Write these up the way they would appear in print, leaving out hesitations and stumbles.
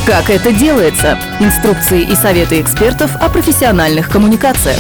Как это делается? Инструкции и советы экспертов о профессиональных коммуникациях.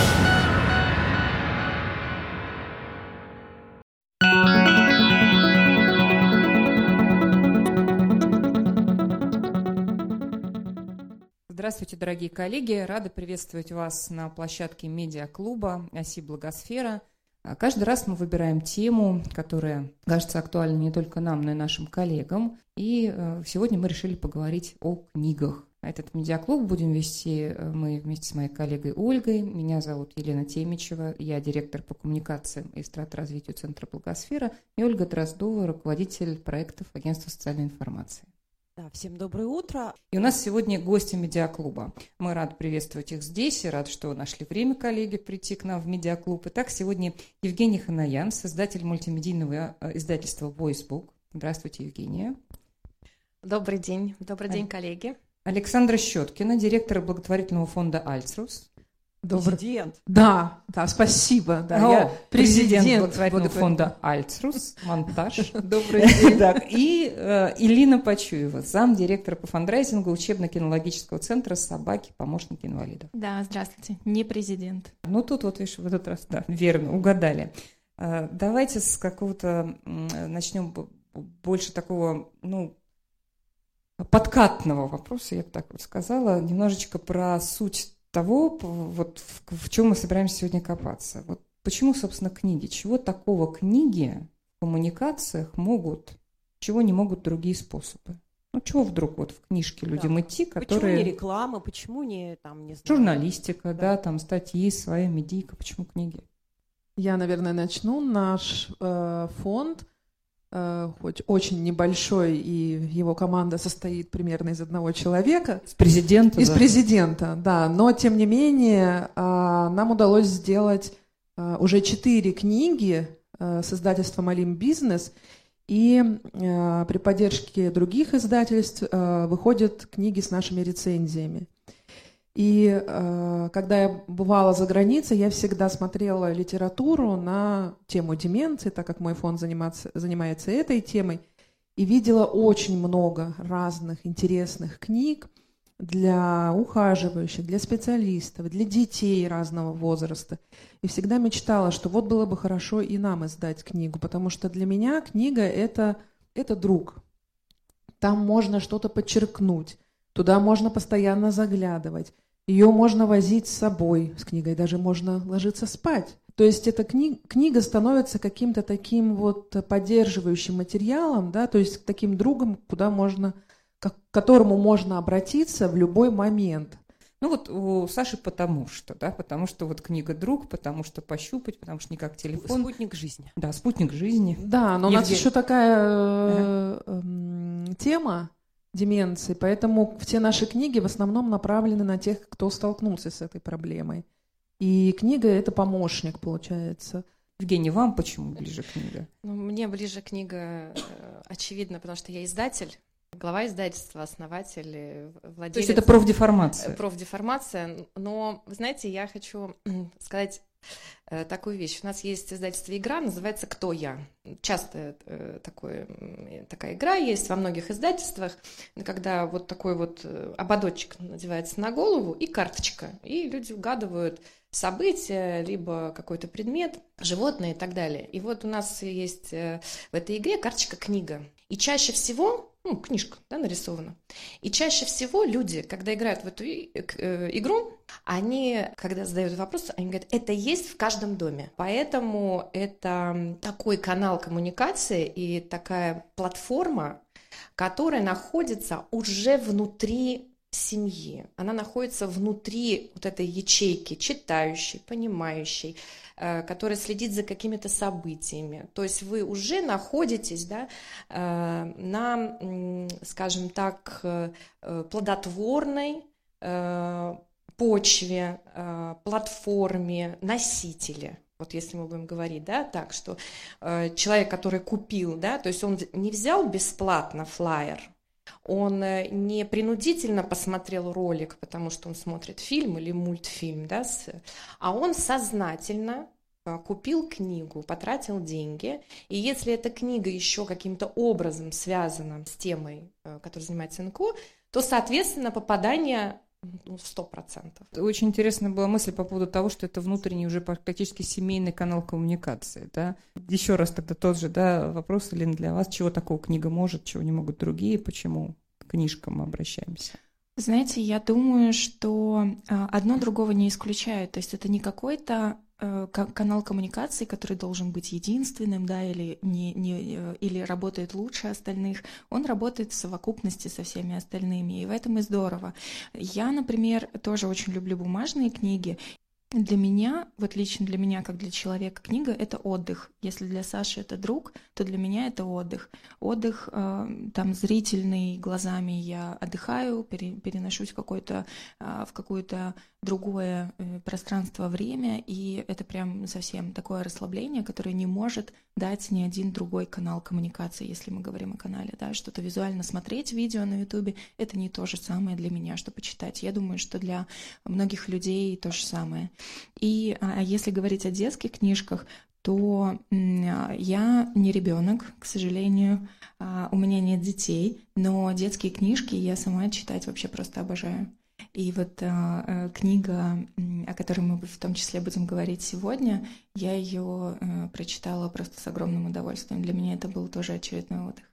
Здравствуйте, дорогие коллеги! Рада приветствовать вас на площадке медиаклуба «Оси Благосфера». Каждый раз мы выбираем тему, которая кажется актуальной не только нам, но и нашим коллегам. И сегодня мы решили поговорить о книгах. Этот медиаклуб будем вести мы вместе с моей коллегой Ольгой. Меня зовут Елена Темичева, я директор по коммуникациям и стратразвитию Центра Благосфера. И Ольга Дроздова, руководитель проектов Агентства социальной информации. Да, всем доброе утро. И у нас сегодня гости медиаклуба. Мы рады приветствовать их здесь и рады, что нашли время, коллеги, прийти к нам в медиаклуб. Итак, сегодня Евгения Ханаян, создатель мультимедийного издательства VoiceBook. Здравствуйте, Евгения. Добрый день, коллеги. Александра Щеткина, директор благотворительного фонда «Альцрус». Президент. Да, спасибо. Да, я президент благотворительного фонда «Альцрус», монтаж. Добрый день. И Илина Почуева, замдиректора по фандрайзингу учебно-кинологического центра «Собаки. Помощники инвалидов». Да, здравствуйте, не президент. Ну, тут вот, видишь, в этот раз, да, верно, угадали. Давайте с какого-то начнем больше такого, подкатного вопроса, я бы так вот сказала, немножечко про суть того, вот в чем мы собираемся сегодня копаться. Вот почему, собственно, книги? Чего такого книги в коммуникациях могут, чего не могут другие способы? Чего вдруг вот в книжке людям идти, которые... Почему не реклама, почему не, не знаю... Журналистика, да, статьи, своя медийка, почему книги? Я, наверное, начну. Наш фонд, хоть очень небольшой, и его команда состоит примерно из одного человека. Из президента? Из президента, да. Но, тем не менее, нам удалось сделать уже 4 книги с издательством «Алим Бизнес», и при поддержке других издательств выходят книги с нашими рецензиями. И когда я бывала за границей, я всегда смотрела литературу на тему деменции, так как мой фонд занимается этой темой, и видела очень много разных интересных книг для ухаживающих, для специалистов, для детей разного возраста. И всегда мечтала, что вот было бы хорошо и нам издать книгу, потому что для меня книга это друг. Там можно что-то подчеркнуть, туда можно постоянно заглядывать. Ее можно возить с собой, с книгой даже можно ложиться спать. То есть эта книга становится каким-то таким вот поддерживающим материалом, да, то есть таким другом, к которому можно обратиться в любой момент. У Саши потому что вот книга «Друг», потому что пощупать, потому что не как телефон. Спутник жизни. Да, спутник жизни. Да, но у нас еще такая тема деменции, поэтому все наши книги в основном направлены на тех, кто столкнулся с этой проблемой. И книга – это помощник, получается. Евгения, вам почему ближе книга? Мне ближе книга, очевидно, потому что я издатель, глава издательства, основатель, владелец. То есть это профдеформация? Профдеформация, но, вы знаете, я хочу сказать такую вещь. У нас есть издательство «Игра», называется «Кто я?». Часто такая игра есть во многих издательствах, когда вот такой вот ободочек надевается на голову и карточка, и люди угадывают события, либо какой-то предмет, животное и так далее. И вот у нас есть в этой игре карточка «Книга». И чаще всего, книжка, да, нарисована. И чаще всего люди, когда играют в эту игру, они, когда задают вопрос, они говорят, это есть в каждом доме. Поэтому это такой канал коммуникации и такая платформа, которая находится уже внутри семьи. Она находится внутри вот этой ячейки, читающей, понимающей, которая следит за какими-то событиями. То есть вы уже находитесь, да, на, скажем так, плодотворной почве, платформе, носителе. Вот если мы будем говорить, да, так, что человек, который купил, да, то есть он не взял бесплатно флаер, он не принудительно посмотрел ролик, потому что он смотрит фильм или мультфильм, да, а он сознательно купил книгу, потратил деньги, и если эта книга еще каким-то образом связана с темой, которой занимается НКО, то, соответственно, попадание 100%. Очень интересная была мысль по поводу того, что это внутренний уже практически семейный канал коммуникации. Да? Еще раз тогда тот же вопрос, Елена, для вас. Чего такого книга может, чего не могут другие, почему к книжкам мы обращаемся? Знаете, я думаю, что одно другого не исключает. То есть это не какой-то канал коммуникации, который должен быть единственным, да, или работает лучше остальных. Он работает в совокупности со всеми остальными, и в этом и здорово. Я, например, тоже очень люблю бумажные книги. Для меня, вот лично для меня, как для человека, книга — это отдых. Если для Саши это друг, то для меня это отдых. Отдых там зрительный, глазами я отдыхаю, переношусь в какое-то другое пространство, время, и это прям совсем такое расслабление, которое не может дать ни один другой канал коммуникации, если мы говорим о канале, да, что-то визуально смотреть видео на Ютубе — это не то же самое для меня, что почитать. Я думаю, что для многих людей то же самое. И если говорить о детских книжках, то я не ребенок, к сожалению, у меня нет детей, но детские книжки я сама читать вообще просто обожаю. И вот книга, о которой мы в том числе будем говорить сегодня, я ее прочитала просто с огромным удовольствием. Для меня это был тоже очередной отдых.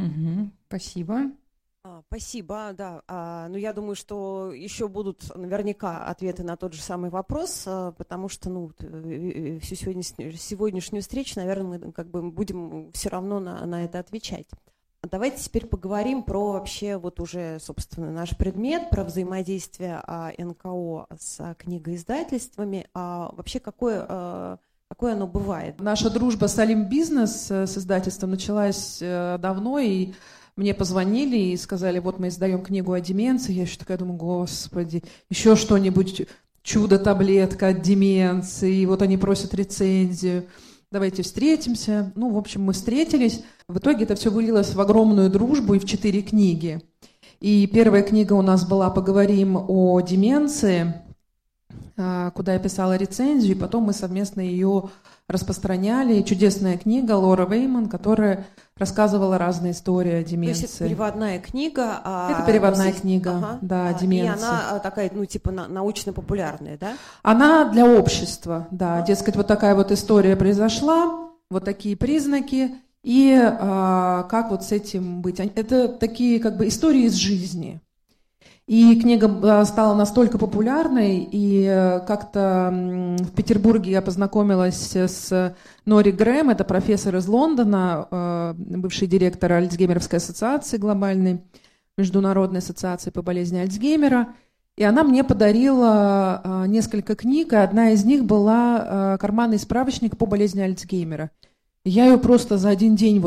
Спасибо. Спасибо, да. Ну, я думаю, что еще будут наверняка ответы на тот же самый вопрос, потому что, всю сегодняшнюю встречу, наверное, мы как бы будем все равно на это отвечать. Давайте теперь поговорим про вообще вот уже, собственно, наш предмет, про взаимодействие НКО с книгоиздательствами. Вообще, какое оно бывает? Наша дружба с Алим Бизнес, с издательством, началась давно, и мне позвонили и сказали, вот мы издаем книгу о деменции. Я еще такая думаю, господи, еще что-нибудь, чудо-таблетка от деменции. И вот они просят рецензию. Давайте встретимся. В общем, мы встретились. В итоге это все вылилось в огромную дружбу и в 4 книги. И первая книга у нас была «Поговорим о деменции», куда я писала рецензию, и потом мы совместно ее распространяли. Чудесная книга Лора Вейман, которая рассказывала разные истории о деменции. То есть это переводная книга? Это переводная книга, да, о деменции. И она такая, научно-популярная, да? Она для общества, да. Дескать, вот такая вот история произошла, вот такие признаки, и как вот с этим быть. Это такие как бы истории из жизни. И книга стала настолько популярной, и как-то в Петербурге я познакомилась с Нори Грэм, это профессор из Лондона, бывший директор Альцгеймеровской ассоциации глобальной, международной ассоциации по болезни Альцгеймера, и она мне подарила несколько книг, и одна из них была «Карманный справочник по болезни Альцгеймера». Я ее просто за один день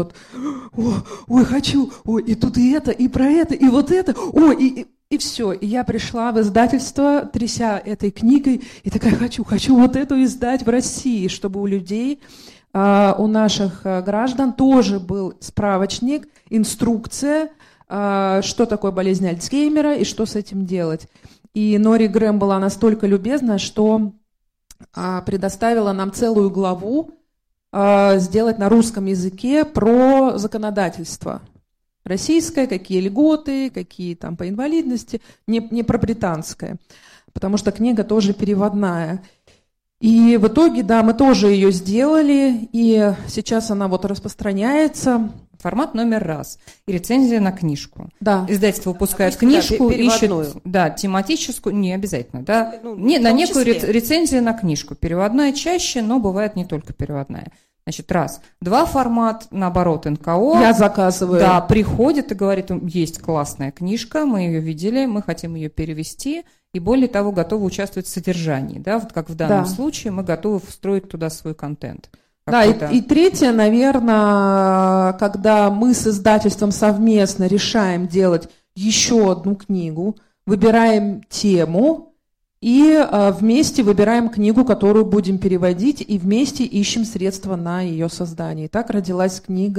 хочу, и тут и это, и про это, и вот это, и все. И я пришла в издательство, тряся этой книгой, и такая хочу вот эту издать в России, чтобы у людей, у наших граждан тоже был справочник, инструкция, что такое болезнь Альцгеймера и что с этим делать. И Нори Грэм была настолько любезна, что предоставила нам целую главу сделать на русском языке про законодательство российское, какие льготы, какие там по инвалидности, не про британское, потому что книга тоже переводная. И в итоге, да, мы тоже ее сделали, и сейчас она вот распространяется. Формат номер раз. И рецензия на книжку. Да. Издательство выпускает книжку, переводную. ищет, тематическую, не обязательно, да, на некую числе. рецензию на книжку. Переводная чаще, но бывает не только переводная. Значит, раз. 2 формат, наоборот, НКО. Я заказываю. Да, приходит и говорит, есть классная книжка, мы ее видели, мы хотим ее перевести, и более того, готовы участвовать в содержании, да, вот как в данном случае мы готовы встроить туда свой контент. Да, и третье, наверное, когда мы с издательством совместно решаем делать еще одну книгу, выбираем тему и вместе выбираем книгу, которую будем переводить, и вместе ищем средства на ее создание. И так родилась книга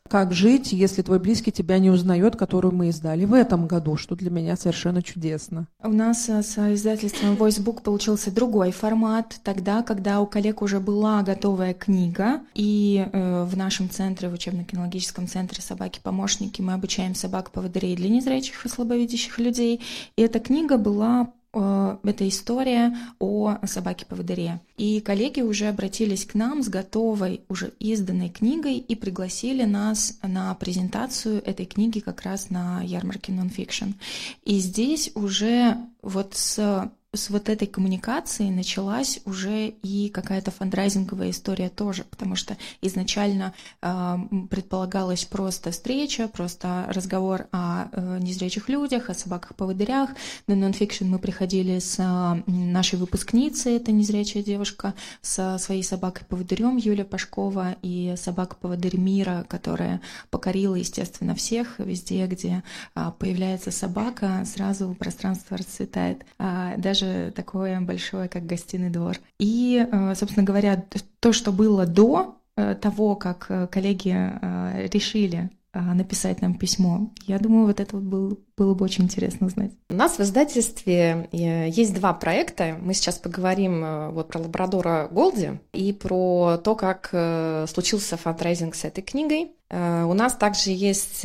«Как жить, если твой близкий тебя не узнает», которую мы издали в этом году, что для меня совершенно чудесно. У нас с издательством VoiceBook получился другой формат. Тогда, когда у коллег уже была готовая книга, и в нашем центре, в учебно-кинологическом центре «Собаки-помощники» мы обучаем собак-поводырей для незрячих и слабовидящих людей. И эта книга была... Это история о собаке-поводыре. И коллеги уже обратились к нам с готовой, уже изданной книгой и пригласили нас на презентацию этой книги как раз на ярмарке Nonfiction. И здесь уже вот с вот этой коммуникацией началась уже и какая-то фандрайзинговая история тоже, потому что изначально предполагалась просто встреча, просто разговор о незрячих людях, о собаках-поводырях. На Nonfiction мы приходили с нашей выпускницей, это незрячая девушка, со своей собакой-поводырем Юлия Пашкова, и собака-поводырь Мира, которая покорила, естественно, всех. Везде, где появляется собака, сразу пространство расцветает. Даже такое большое, как гостиный двор. И, собственно говоря, то, что было до того, как коллеги решили написать нам письмо, я думаю, вот это вот было бы очень интересно узнать. У нас в издательстве есть два проекта. Мы сейчас поговорим вот про лабрадора Голди и про то, как случился фандрайзинг с этой книгой. У нас также есть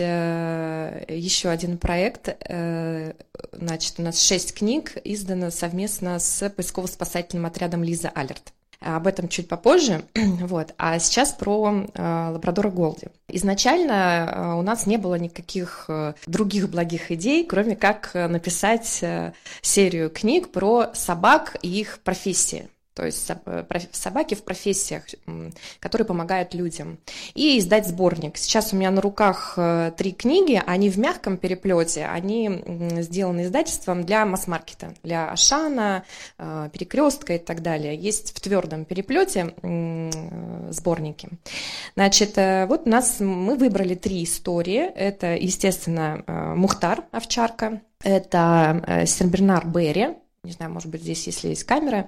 еще один проект. Значит, у нас 6 книг издано совместно с поисково-спасательным отрядом Лиза Алерт. Об этом чуть попозже. Вот. А сейчас про лабрадора Голди. Изначально у нас не было никаких других благих идей, кроме как написать серию книг про собак и их профессии. То есть собаки в профессиях, которые помогают людям. И издать сборник. Сейчас у меня на руках 3 книги, они в мягком переплете, они сделаны издательством для масс-маркета, для Ашана, Перекрестка и так далее. Есть в твердом переплете сборники. Значит, вот мы выбрали 3 истории. Это, естественно, Мухтар, овчарка, это Сен-Бернар Берри, не знаю, может быть, здесь, если есть камера,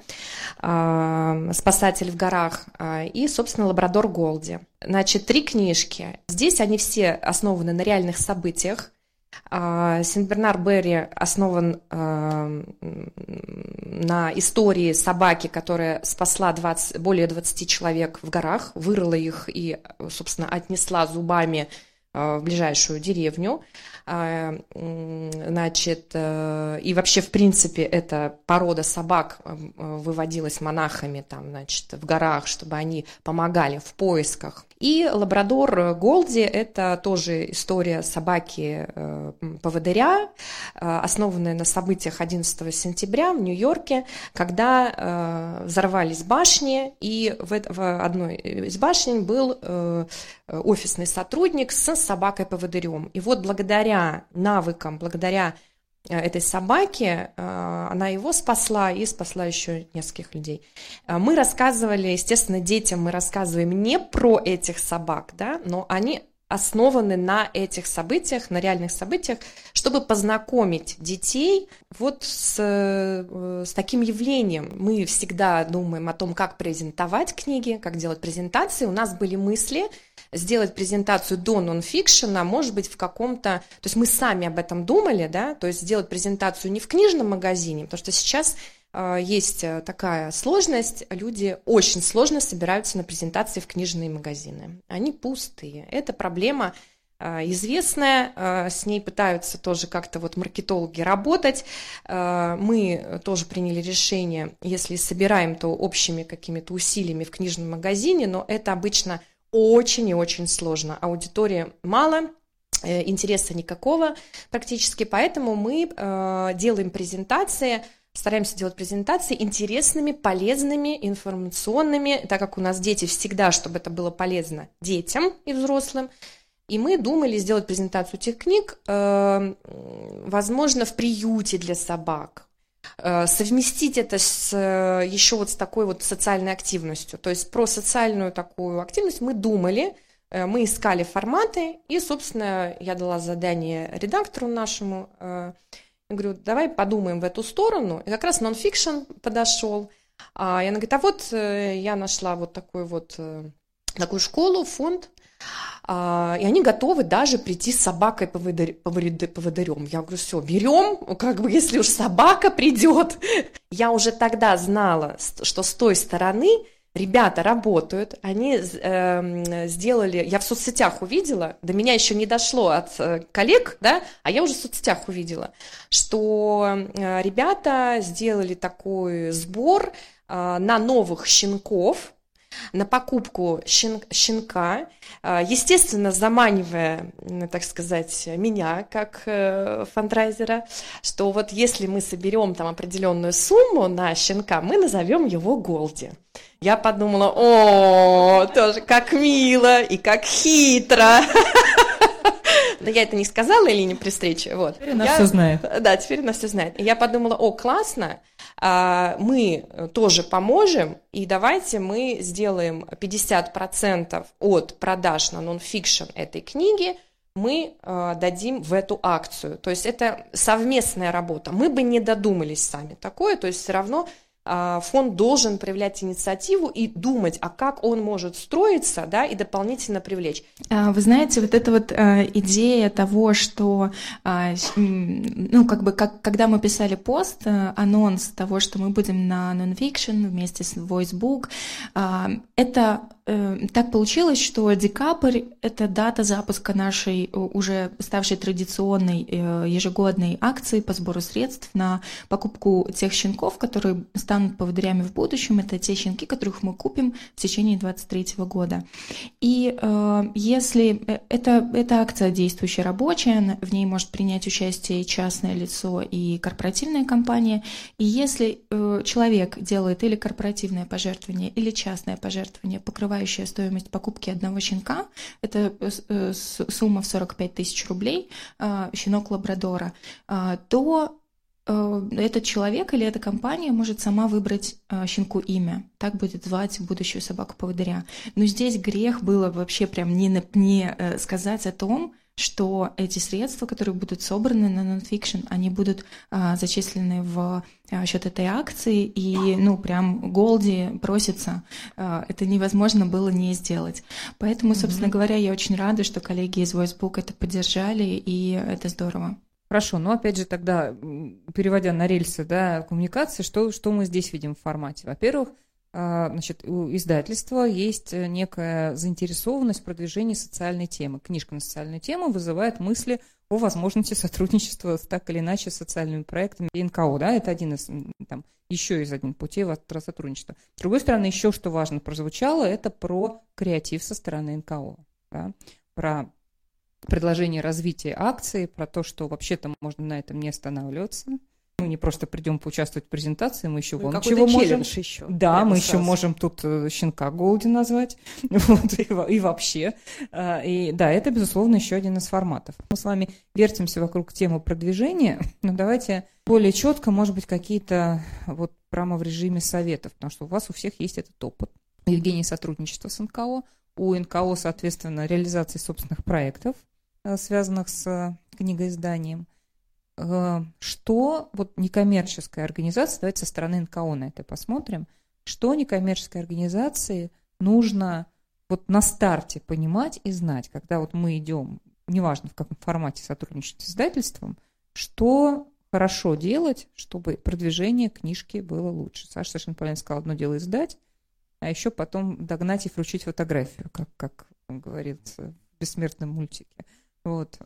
«Спасатель в горах» и, собственно, «Лабрадор Голди». Значит, 3 книжки. Здесь они все основаны на реальных событиях. Сен-Бернар Берри основан на истории собаки, которая спасла более 20 человек в горах, вырыла их и, собственно, отнесла зубами в ближайшую деревню. Значит, и вообще, в принципе, эта порода собак выводилась монахами там, значит, в горах, чтобы они помогали в поисках. И лабрадор Голди – это тоже история собаки-поводыря, основанная на событиях 11 сентября в Нью-Йорке, когда взорвались башни, и в одной из башен был офисный сотрудник с собакой-поводырем. И вот благодаря навыкам, благодаря этой собаке, она его спасла и спасла еще нескольких людей. Мы рассказывали, естественно, детям мы рассказываем не про этих собак, да, но они основаны на этих событиях, на реальных событиях, чтобы познакомить детей вот с таким явлением. Мы всегда думаем о том, как презентовать книги, как делать презентации. У нас были мысли сделать презентацию до нонфикшена, может быть, в каком-то... То есть мы сами об этом думали, да, то есть сделать презентацию не в книжном магазине, потому что сейчас есть такая сложность, люди очень сложно собираются на презентации в книжные магазины. Они пустые. Это проблема известная, с ней пытаются тоже как-то вот маркетологи работать. Мы тоже приняли решение, если собираем, то общими какими-то усилиями в книжном магазине, но это обычно очень и очень сложно. Аудитории мало, интереса никакого практически, поэтому мы делаем презентации, стараемся делать презентации интересными, полезными, информационными, так как у нас дети всегда, чтобы это было полезно детям и взрослым. И мы думали сделать презентацию этих книг, возможно, в приюте для собак, совместить это еще вот с такой вот социальной активностью. То есть про социальную такую активность мы думали, мы искали форматы, и, собственно, я дала задание редактору нашему, я говорю, давай подумаем в эту сторону. И как раз нонфикшн подошел. И она говорит, а вот я нашла вот такую школу, фонд. И они готовы даже прийти с собакой-поводырем. Я говорю, все, берем, как бы, если уж собака придет. Я уже тогда знала, что с той стороны ребята работают, они сделали, я в соцсетях увидела, до меня еще не дошло от коллег, да, а я уже в соцсетях увидела, что ребята сделали такой сбор на новых щенков, на покупку щенка, естественно, заманивая, так сказать, меня как фандрайзера, что вот если мы соберем там определенную сумму на щенка, мы назовем его Голди. Я подумала, о, тоже как мило и как хитро. Но я это не сказала Элине при встрече. Вот. Теперь она все знает. Да, теперь она все знает. И я подумала, о, классно, мы тоже поможем, и давайте мы сделаем 50% от продаж на нон-фикшн этой книги, мы дадим в эту акцию. То есть это совместная работа. Мы бы не додумались сами такое, то есть все равно фонд должен проявлять инициативу и думать, а как он может строиться, да, и дополнительно привлечь. Вы знаете, вот эта вот идея того, что, ну, как бы, когда мы писали пост, анонс того, что мы будем на нон-фикшн вместе с Voicebook, это так получилось, что декабрь — это дата запуска нашей уже ставшей традиционной ежегодной акции по сбору средств на покупку тех щенков, которые станут поводырями в будущем. Это те щенки, которых мы купим в течение 2023 года. И если эта акция действующая, рабочая, в ней может принять участие и частное лицо, и корпоративная компания. И если человек делает или корпоративное пожертвование, или частное пожертвование, покрывающее стоимость покупки одного щенка, это сумма в 45 тысяч рублей, щенок лабрадора, то этот человек или эта компания может сама выбрать щенку имя. Так будет звать будущую собаку-поводыря. Но здесь грех было вообще прям не сказать о том, что эти средства, которые будут собраны на нонфикшн, они будут зачислены в счет этой акции, и, ну, прям Голди просится. Это невозможно было не сделать. Поэтому, собственно говоря, я очень рада, что коллеги из Voicebook это поддержали, и это здорово. Хорошо, но опять же тогда, переводя на рельсы, да, коммуникации, что мы здесь видим в формате? Во-первых, значит, у издательства есть некая заинтересованность в продвижении социальной темы. Книжка на социальную тему вызывает мысли о возможности сотрудничества так или иначе с социальными проектами и НКО. Да? Это один из, там, еще из одних путей сотрудничества. С другой стороны, еще что важно прозвучало, это про креатив со стороны НКО. Да? Про предложение развития акции, про то, что вообще-то можно на этом не останавливаться. Мы не просто придем поучаствовать в презентации, мы еще вон чего можем. Еще. Да, мы еще можем тут щенка Голди назвать, вот, и вообще. И да, это, безусловно, еще один из форматов. Мы с вами вертимся вокруг темы продвижения, но давайте более четко, может быть, какие-то вот прямо в режиме советов, потому что у вас у всех есть этот опыт. У Евгении сотрудничество с НКО, у НКО, соответственно, реализации собственных проектов, связанных с книгоизданием. Что вот некоммерческая организация, давайте со стороны НКО на это посмотрим, что некоммерческой организации нужно вот на старте понимать и знать, когда вот мы идем, неважно в каком формате сотрудничать с издательством, что хорошо делать, чтобы продвижение книжки было лучше. Саша совершенно правильно сказала, одно дело издать, а еще потом догнать и вручить фотографию, как говорится в бессмертном мультике. Вот.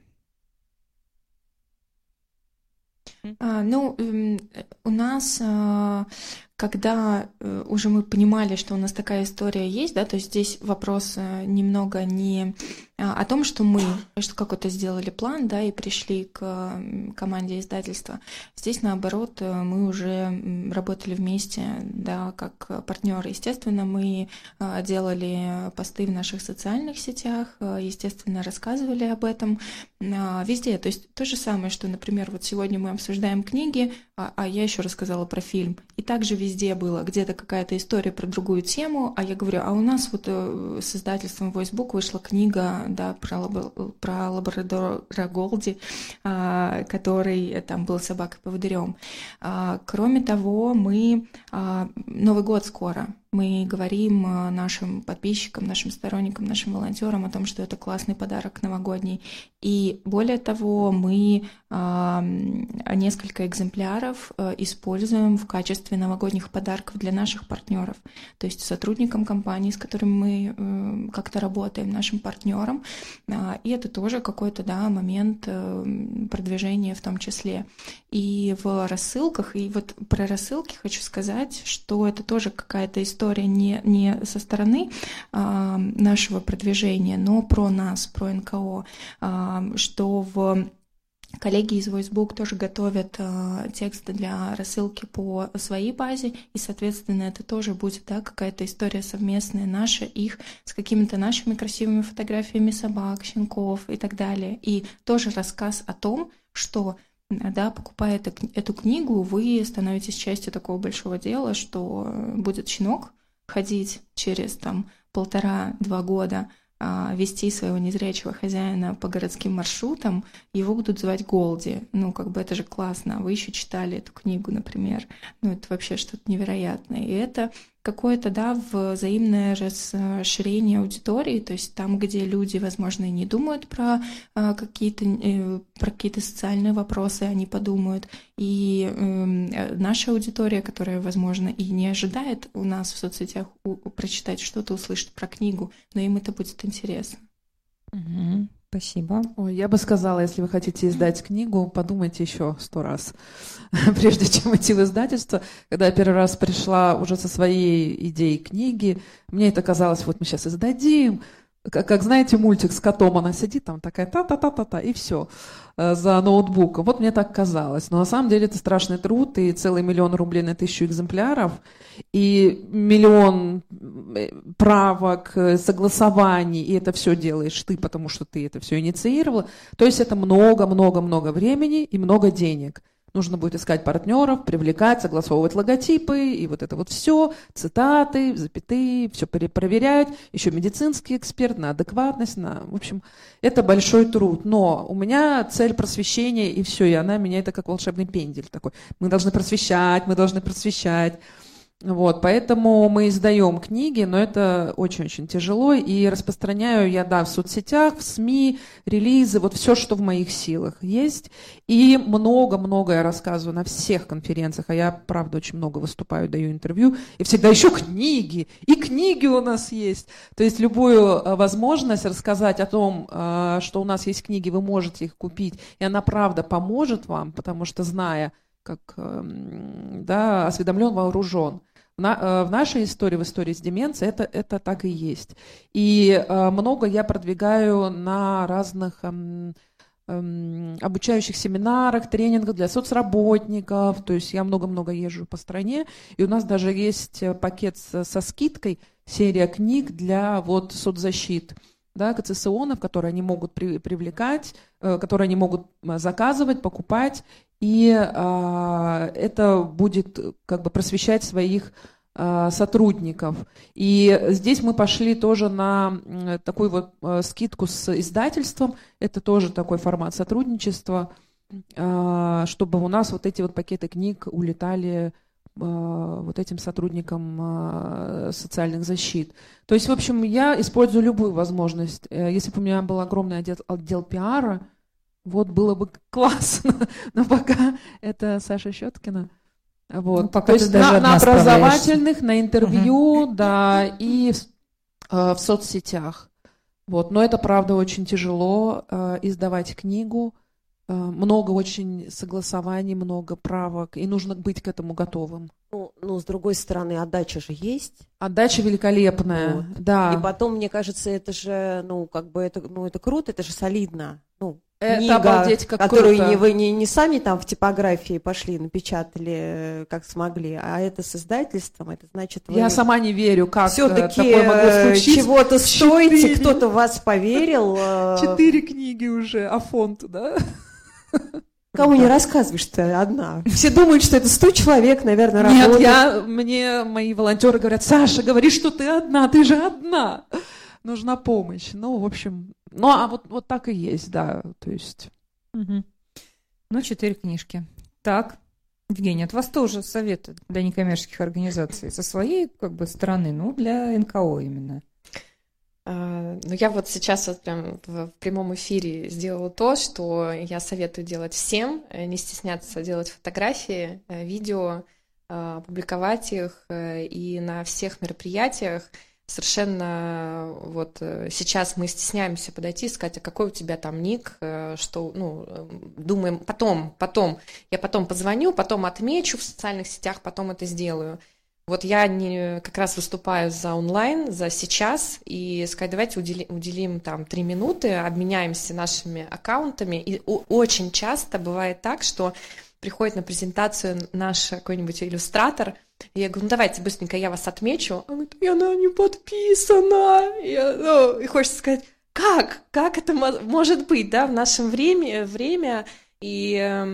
Ну, у нас, когда уже мы понимали, что у нас такая история есть, да, то есть здесь вопрос немного не о том, что мы какой-то сделали план, да, и пришли к команде издательства. Здесь, наоборот, мы уже работали вместе, да, как партнеры. Естественно, мы делали посты в наших социальных сетях, естественно, рассказывали об этом везде. То есть то же самое, что, например, вот сегодня мы обсуждаем книги, а я еще рассказала про фильм. И также везде было где-то какая-то история про другую тему, а я говорю, а у нас вот с издательством Voicebook вышла книга, да, про лабрадора Голди, который там был собакой-поводырем. Кроме того, мы Новый год скоро. Мы говорим нашим подписчикам, нашим сторонникам, нашим волонтерам о том, что это классный подарок новогодний. И более того, мы несколько экземпляров используем в качестве новогодних подарков для наших партнеров. То есть сотрудникам компании, с которыми мы как-то работаем, нашим партнерам. И это тоже какой-то, да, момент продвижения в том числе. И в рассылках, и вот про рассылки хочу сказать, что это тоже какая-то история не со стороны нашего продвижения, но про нас, про НКО, что коллеги из VoiceBook тоже готовят тексты для рассылки по своей базе, и, соответственно, это тоже будет, да, какая-то история совместная наша, их, с какими-то нашими красивыми фотографиями собак, щенков и так далее. И тоже рассказ о том, что, да, покупая эту книгу, вы становитесь частью такого большого дела, что будет щенок ходить через 1,5-2 года, вести своего незрячего хозяина по городским маршрутам, его будут звать Голди. Это же классно. Вы еще читали эту книгу, например. Это вообще что-то невероятное. И это какое-то, да, взаимное расширение аудитории, то есть там, где люди, возможно, и не думают про какие-то социальные вопросы, они подумают. И наша аудитория, которая, возможно, и не ожидает у нас в соцсетях прочитать что-то, услышать про книгу, но им это будет интересно. Угу. Спасибо. Ой, я бы сказала, если вы хотите издать книгу, подумайте еще 100 раз, прежде чем идти в издательство. Когда я первый раз пришла уже со своей идеей книги, мне это казалось, вот мы сейчас издадим, как знаете, мультик с котом, она сидит там такая та-та-та-та-та, и все за ноутбуком. Вот мне так казалось. Но на самом деле это страшный труд, и целый 1 000 000 рублей на 1000 экземпляров, и 1 000 000 правок, согласований, и это все делаешь ты, потому что ты это все инициировала. То есть это много-много-много времени и много денег. Нужно будет искать партнеров, привлекать, согласовывать логотипы, и вот это вот все, цитаты, запятые, все перепроверять, еще медицинский эксперт на адекватность, в общем, это большой труд. Но у меня цель просвещения, и все, и она меня это как волшебный пендель такой. Мы должны просвещать. Вот, поэтому мы издаем книги, но это очень-очень тяжело, и распространяю я, да, в соцсетях, в СМИ, релизы, вот все, что в моих силах есть, и много-много я рассказываю на всех конференциях, а я, правда, очень много выступаю, даю интервью, и всегда еще книги, и книги у нас есть, то есть любую возможность рассказать о том, что у нас есть книги, вы можете их купить, и она, правда, поможет вам, потому что, зная, как, да, осведомлен, вооружен. В нашей истории, в истории с деменцией, это так и есть. И много я продвигаю на разных обучающих семинарах, тренингах для соцработников. То есть я много-много езжу по стране. И у нас даже есть пакет со скидкой, серия книг для вот соцзащиты. Да, КЦСОнов, которые они могут привлекать, которые они могут заказывать, покупать, и это будет как бы просвещать своих сотрудников. И здесь мы пошли тоже на такую вот скидку с издательством, это тоже такой формат сотрудничества, чтобы у нас вот эти вот пакеты книг улетали вот этим сотрудникам социальных защит. То есть, в общем, я использую любую возможность. Если бы у меня был огромный отдел пиара, вот было бы классно, но пока это Саша Щеткина. Вот. Ну, пока то есть даже на образовательных, на интервью, да, и в соцсетях. Вот. Но это, правда, очень тяжело издавать книгу. Много очень согласований, много правок, и нужно быть к этому готовым. Ну, с другой стороны, отдача же есть. Отдача великолепная, вот. да. И потом, мне кажется, это же, это круто, это же солидно. Это книга, обалдеть, как которую круто. вы не сами там в типографии пошли, напечатали, как смогли, а это с издательством, это значит, вы... Я сама не верю, как все-таки такое могло случиться. Чего-то стоите, кто-то в вас поверил. 4 книги уже, а фонд, да? Кому не рассказываешь, что одна. Все думают, что это 100 человек, наверное, работают. Нет, мне мои волонтеры говорят: Саша, говори, что ты одна, ты же одна. Нужна помощь. Ну, в общем, вот так и есть, да, то есть. Угу. 4 книжки. Так, Евгений, от вас тоже советы для некоммерческих организаций со своей стороны, для НКО именно. Ну, я вот сейчас вот прям в прямом эфире сделала то, что я советую делать всем, не стесняться делать фотографии, видео, публиковать их и на всех мероприятиях. Совершенно вот сейчас мы стесняемся подойти и сказать, а какой у тебя там ник, что, думаем, потом, я потом позвоню, потом отмечу в социальных сетях, потом это сделаю. Вот я как раз выступаю за онлайн, за сейчас, и сказать, давайте уделим там 3 минуты, обменяемся нашими аккаунтами, и очень часто бывает так, что приходит на презентацию наш какой-нибудь иллюстратор, и я говорю, давайте быстренько я вас отмечу. Он говорит, она не подписана. И хочется сказать, как это может быть, да, в нашем время, и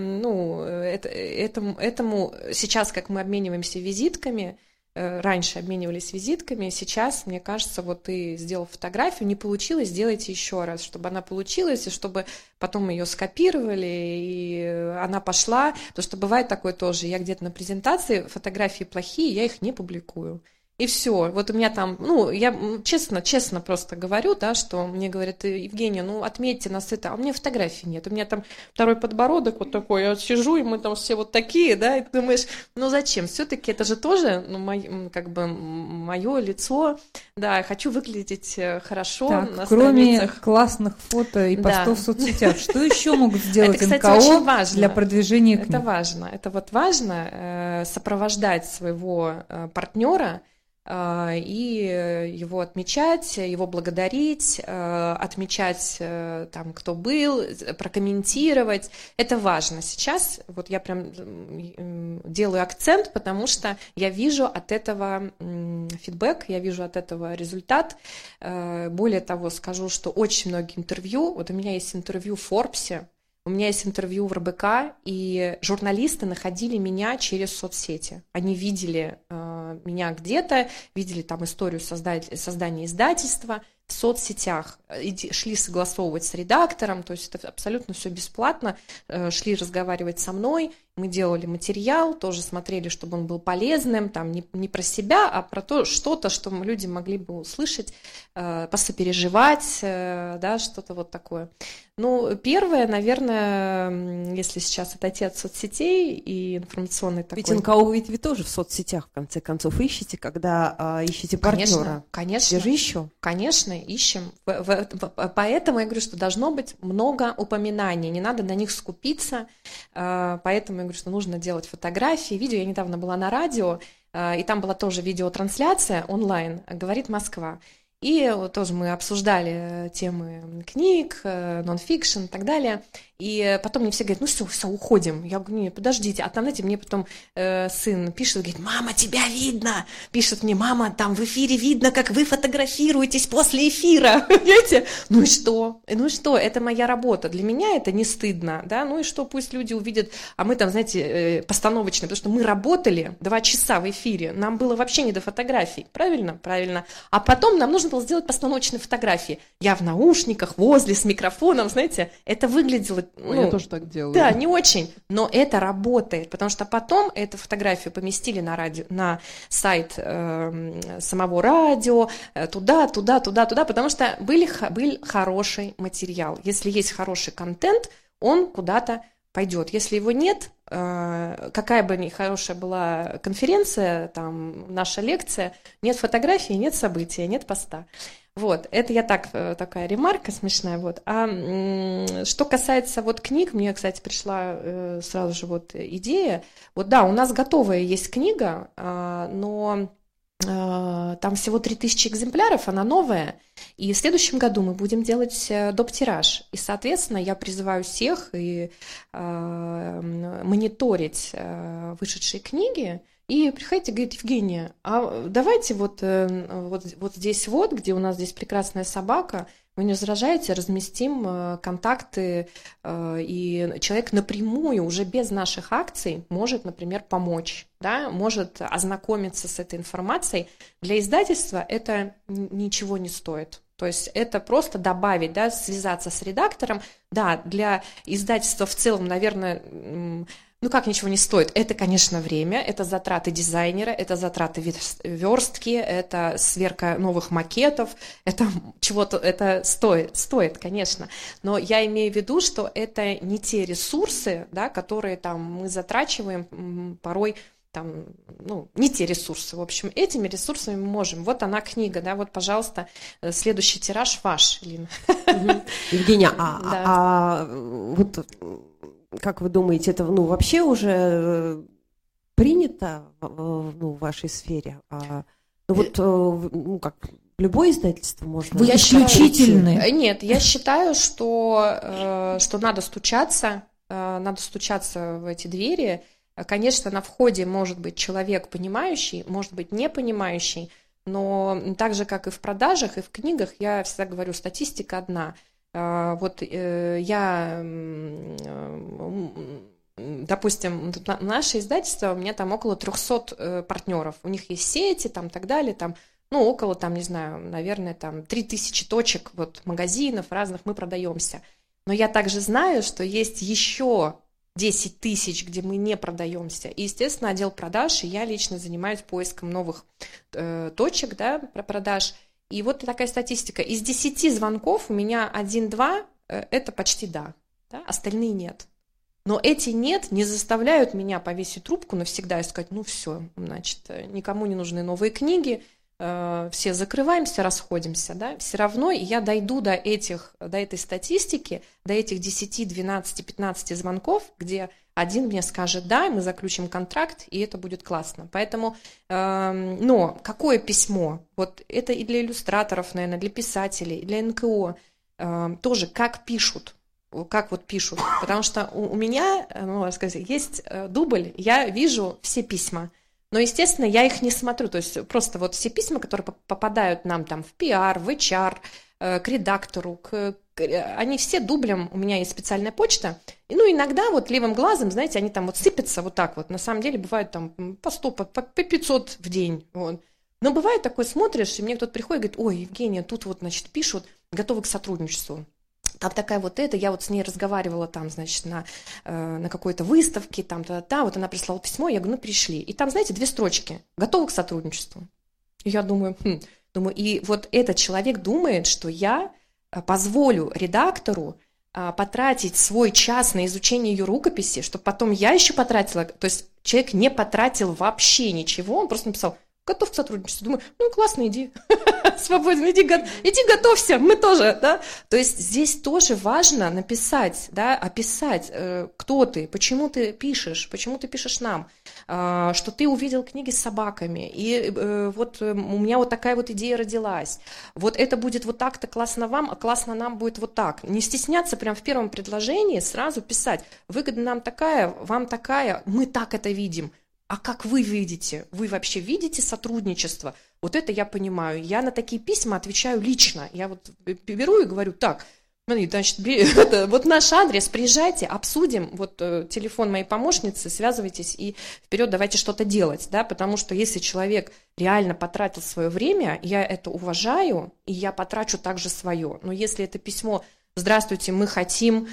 этому сейчас, как мы обмениваемся визитками, раньше обменивались визитками, сейчас, мне кажется, вот ты сделал фотографию, не получилось, сделайте еще раз, чтобы она получилась, и чтобы потом ее скопировали, и она пошла. Потому что бывает такое тоже, я где-то на презентации, фотографии плохие, я их не публикую. И все. Вот у меня там, я честно просто говорю, да, что мне говорят, Евгения, отметьте нас это, а у меня фотографий нет. У меня там второй подбородок вот такой, я сижу, и мы там все вот такие, да, и ты думаешь, зачем? Все-таки это же тоже, мое лицо, да, я хочу выглядеть хорошо так, на кроме страницах. Классных фото и постов в соцсетях, что еще могут сделать это, кстати, НКО очень важно. для продвижения книг? Это важно. Это вот важно сопровождать своего партнера и его отмечать, его благодарить, отмечать там, кто был, прокомментировать. Это важно. Сейчас вот я прям делаю акцент, потому что я вижу от этого фидбэк, я вижу от этого результат. Более того, скажу, что очень многие интервью, вот у меня есть интервью в Forbes, у меня есть интервью в РБК, и журналисты находили меня через соцсети. Они видели меня где-то, видели там историю создания издательства в соцсетях, шли согласовывать с редактором, то есть это абсолютно все бесплатно, шли разговаривать со мной, мы делали материал, тоже смотрели, чтобы он был полезным, там не про себя, а про то, что-то, что люди могли бы услышать, посопереживать, да, что-то вот такое. Первое, наверное, если сейчас отойти от соцсетей и информационной такой... Ведь НКО вы тоже в соцсетях, в конце концов, ищете, когда ищете партнера. Конечно. Где же еще? Конечно, ищем. Поэтому я говорю, что должно быть много упоминаний, не надо на них скупиться, поэтому я говорю, что нужно делать фотографии, видео. Я недавно была на радио, и там была тоже видеотрансляция онлайн, «Говорит Москва». И тоже мы обсуждали темы книг, нон-фикшн и так далее. И потом мне все говорят, все, уходим. Я говорю, нет, подождите. А там, знаете, мне потом сын пишет, говорит, мама, тебя видно. Пишет мне, мама, там в эфире видно, как вы фотографируетесь после эфира. Понимаете? Ну и что? Это моя работа. Для меня это не стыдно. Да? Ну и что, пусть люди увидят. А мы там, знаете, постановочно, потому что мы работали 2 часа в эфире. Нам было вообще не до фотографий. Правильно? Правильно. А потом нам нужно было сделать постановочные фотографии. Я в наушниках, возле, с микрофоном, знаете, это выглядело... я тоже так делаю. Да, не очень, но это работает, потому что потом эту фотографию поместили на сайт самого радио, туда, потому что был хороший материал. Если есть хороший контент, он куда-то пойдет. Если его нет, какая бы ни хорошая была конференция, там, наша лекция, нет фотографии, нет события, нет поста. Вот, это я такая ремарка смешная, вот. А что касается вот книг, мне, кстати, пришла сразу же вот идея, вот да, у нас готовая есть книга, но там всего 3000 экземпляров, она новая, и в следующем году мы будем делать доп. Тираж. И, соответственно, я призываю всех мониторить вышедшие книги, и приходите, говорит, Евгения, а давайте вот здесь вот, где у нас здесь прекрасная собака, вы не возражаете, разместим контакты, и человек напрямую, уже без наших акций, может, например, помочь, да, может ознакомиться с этой информацией. Для издательства это ничего не стоит. То есть это просто добавить, да, связаться с редактором. Да, для издательства в целом, наверное, ну как ничего не стоит? Это, конечно, время, это затраты дизайнера, это затраты верстки, это сверка новых макетов, это чего-то, это стоит, конечно. Но я имею в виду, что это не те ресурсы, да, которые там мы затрачиваем порой. Там, ну, не те ресурсы. В общем, этими ресурсами мы можем. Вот она книга, да, вот, пожалуйста, следующий тираж ваш, Лина. Евгения, вот как вы думаете, это вообще уже принято в вашей сфере? Как в любое издательство можно? Вы исключительны. Нет, я считаю, что надо стучаться в эти двери. Конечно, на входе может быть человек понимающий, может быть не понимающий, но так же, как и в продажах, и в книгах, я всегда говорю, статистика одна. Вот я, допустим, наше издательство, у меня там около 300 партнеров, у них есть сети, там, так далее, там, ну, около, там, не знаю, наверное, там 3000 точек, вот, магазинов разных мы продаемся. Но я также знаю, что есть еще 10 тысяч, где мы не продаемся. И, естественно, отдел продаж, и я лично занимаюсь поиском новых точек, да, продаж. И вот такая статистика. Из 10 звонков у меня 1-2 это почти да, остальные нет. Но эти нет не заставляют меня повесить трубку навсегда и сказать, ну все, значит, никому не нужны новые книги, все закрываемся, расходимся, да, все равно я дойду до этой статистики, до этих 10, 12, 15 звонков, где один мне скажет да, мы заключим контракт, и это будет классно. Поэтому, но какое письмо? Вот это и для иллюстраторов, наверное, для писателей, и для НКО, тоже как пишут. Как вот пишут, потому что у меня, есть дубль, я вижу все письма. Но, естественно, я их не смотрю, то есть просто вот все письма, которые попадают нам там в PR, в HR, к редактору, они все дублем, у меня есть специальная почта, и, ну, иногда вот левым глазом, знаете, они там вот сыпятся вот так вот, на самом деле бывает там по 100, по 500 в день, вот. Но бывает такое, смотришь, и мне кто-то приходит и говорит, ой, Евгения, тут вот, значит, пишут, готовы к сотрудничеству. Там такая вот я вот с ней разговаривала там, значит, на какой-то выставке, там, вот она прислала письмо, я говорю, ну, пришли. И там, знаете, 2 строчки, готовы к сотрудничеству. И я думаю, и вот этот человек думает, что я позволю редактору потратить свой час на изучение ее рукописи, чтобы потом я еще потратила, то есть человек не потратил вообще ничего, он просто написал, готов к сотрудничеству. Думаю, ну, классно, иди, свободен, иди готовься, мы тоже, да. То есть здесь тоже важно написать, да, описать, кто ты, почему ты пишешь нам, что ты увидел книги с собаками, и вот у меня вот такая вот идея родилась. Вот это будет вот так-то классно вам, а классно нам будет вот так. Не стесняться прям в первом предложении сразу писать, выгода нам такая, вам такая, мы так это видим. А как вы видите? Вы вообще видите сотрудничество? Вот это я понимаю. Я на такие письма отвечаю лично. Я вот беру и говорю, так, значит, вот наш адрес, приезжайте, обсудим, вот телефон моей помощницы, связывайтесь и вперед давайте что-то делать, да, потому что если человек реально потратил свое время, я это уважаю, и я потрачу также свое. Но если это письмо, здравствуйте, мы хотим...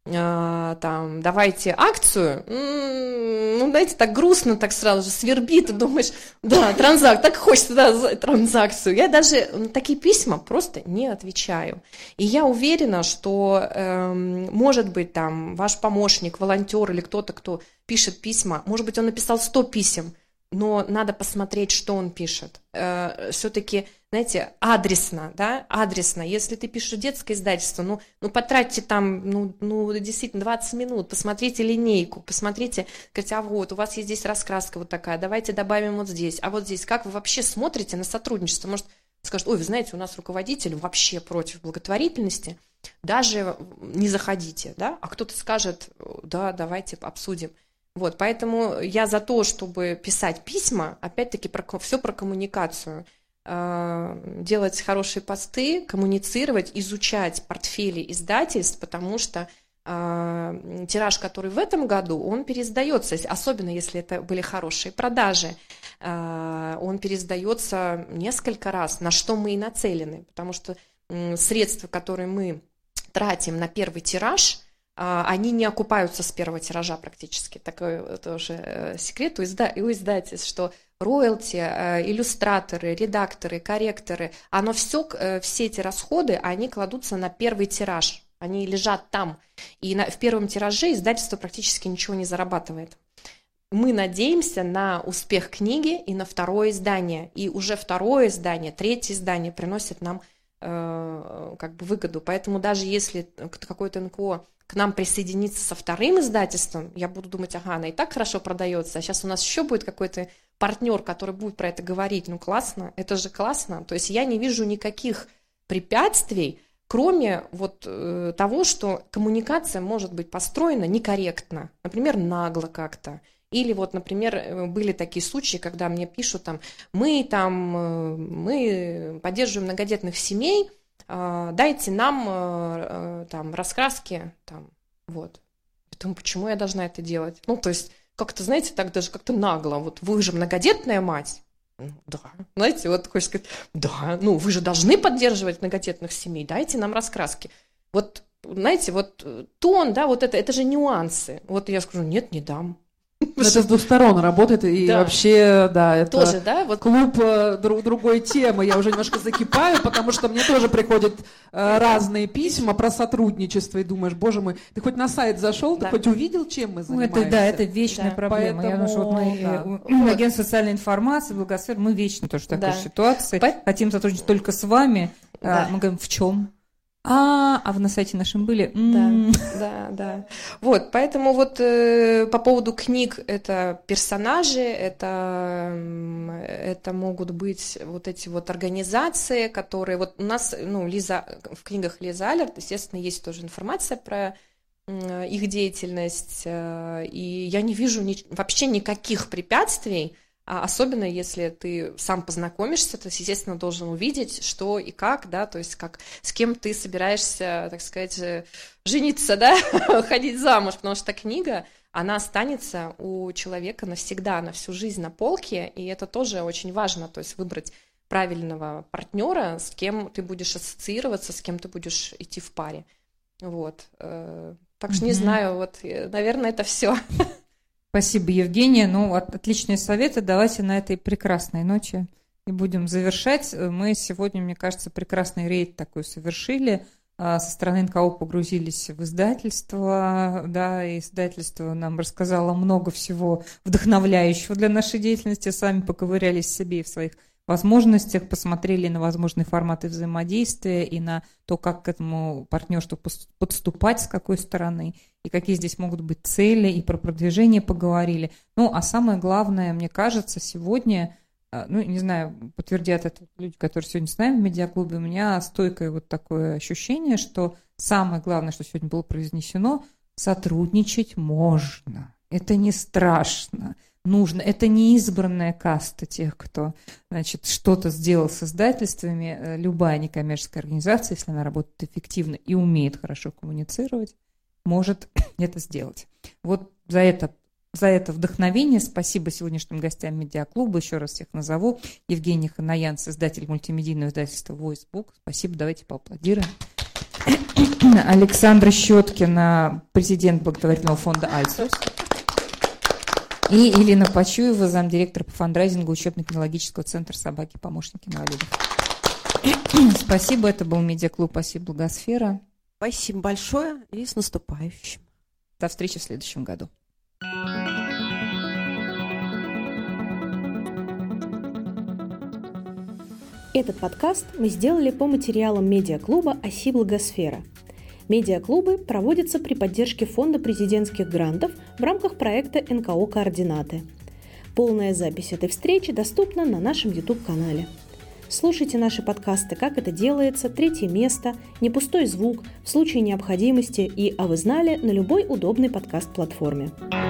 там, давайте акцию, ну, знаете, так грустно, так сразу же свербит, и думаешь, да, так хочется, да, транзакцию. Я даже на такие письма просто не отвечаю. И я уверена, что, может быть, там, ваш помощник, волонтер или кто-то, кто пишет письма, может быть, он написал 100 писем, но надо посмотреть, что он пишет. Все-таки, знаете, адресно, да, адресно. Если ты пишешь детское издательство, ну потратьте там, ну, действительно, 20 минут, посмотрите линейку, посмотрите, говорите, а вот, у вас есть здесь раскраска вот такая, давайте добавим вот здесь, а вот здесь. Как вы вообще смотрите на сотрудничество? Может, скажет, ой, вы знаете, у нас руководитель вообще против благотворительности, даже не заходите, да, а кто-то скажет, да, давайте обсудим. Вот, поэтому я за то, чтобы писать письма, опять-таки, все про коммуникацию, делать хорошие посты, коммуницировать, изучать портфели издательств, потому что тираж, который в этом году, он переиздается, особенно если это были хорошие продажи, он переиздается несколько раз, на что мы и нацелены, потому что средства, которые мы тратим на первый тираж, они не окупаются с первого тиража практически. Такой тоже секрет у издательств, что роялти, иллюстраторы, редакторы, корректоры, все эти расходы, они кладутся на первый тираж, они лежат там. И в первом тираже издательство практически ничего не зарабатывает. Мы надеемся на успех книги и на второе издание. И уже второе издание, третье издание приносит нам выгоду. Поэтому даже если какое-то НКО к нам присоединится со вторым издательством, я буду думать, она и так хорошо продается, а сейчас у нас еще будет какой-то партнер, который будет про это говорить. Классно, это же классно. То есть я не вижу никаких препятствий, кроме того, что коммуникация может быть построена некорректно, например, нагло как-то. Или например, были такие случаи, когда мне пишут, мы поддерживаем многодетных семей, дайте нам раскраски, Я думаю, почему я должна это делать? То есть, как-то, знаете, так даже как-то нагло, вы же многодетная мать. Да, знаете, хочешь сказать, да, вы же должны поддерживать многодетных семей, дайте нам раскраски. Знаете, тон, да, это же нюансы. Я скажу, нет, не дам. Это с двух сторон работает, и вообще, да, это тоже, да? Клуб другой темы. Я уже немножко закипаю, потому что мне тоже приходят разные письма про сотрудничество, и думаешь, боже мой, ты хоть на сайт зашел, ты хоть увидел, чем мы занимаемся? Это вечная проблема. Мы агентство социальной информации, Благосфера, мы вечно тоже в такой ситуации. Хотим сотрудничать только с вами. Мы говорим, в чем? А вы на сайте нашем были? Да. Поэтому по поводу книг, это персонажи, это могут быть эти организации, которые... у нас, в книгах Лиза Алерт, естественно, есть тоже информация про их деятельность, и я не вижу вообще никаких препятствий, особенно если ты сам познакомишься, ты, естественно, должен увидеть, что и как, да, то есть с кем ты собираешься, так сказать, жениться, да, ходить замуж, потому что книга, она останется у человека навсегда, на всю жизнь на полке, и это тоже очень важно, то есть выбрать правильного партнера, с кем ты будешь ассоциироваться, с кем ты будешь идти в паре. Так что не знаю, наверное, это все. Спасибо, Евгения. Отличные советы. Давайте на этой прекрасной ночи и будем завершать. Мы сегодня, мне кажется, прекрасный рейд такой совершили. Со стороны НКО погрузились в издательство, да, и издательство нам рассказало много всего вдохновляющего для нашей деятельности. Сами поковырялись в себе и в своих возможностях, посмотрели на возможные форматы взаимодействия и на то, как к этому партнерству подступать, с какой стороны, и какие здесь могут быть цели, и про продвижение поговорили. А самое главное, мне кажется, сегодня, не знаю, подтвердят это люди, которые сегодня с нами в медиаклубе, у меня стойкое такое ощущение, что самое главное, что сегодня было произнесено, сотрудничать можно, это не страшно. Нужно. Это не избранная каста тех, кто, что-то сделал с издательствами. Любая некоммерческая организация, если она работает эффективно и умеет хорошо коммуницировать, может это сделать. За это вдохновение спасибо сегодняшним гостям медиаклуба. Еще раз всех назову. Евгений Ханаян, создатель мультимедийного издательства VoiceBook. Спасибо, давайте поаплодируем. Александра Щеткина, президент благотворительного фонда «Альсос». И Елена Почуева, замдиректора по фандрайзингу учебно-кинологического центра «Собаки-помощники инвалидов». Спасибо, это был медиаклуб «Спасибо, Благосфера». Спасибо большое и с наступающим. До встречи в следующем году. Этот подкаст мы сделали по материалам медиаклуба «Оси Благосфера». Медиаклубы проводятся при поддержке Фонда президентских грантов в рамках проекта НКО «Координаты». Полная запись этой встречи доступна на нашем YouTube-канале. Слушайте наши подкасты «Как это делается», «Третье место», «Не пустой звук», «В случае необходимости» и «А вы знали» на любой удобной подкаст-платформе.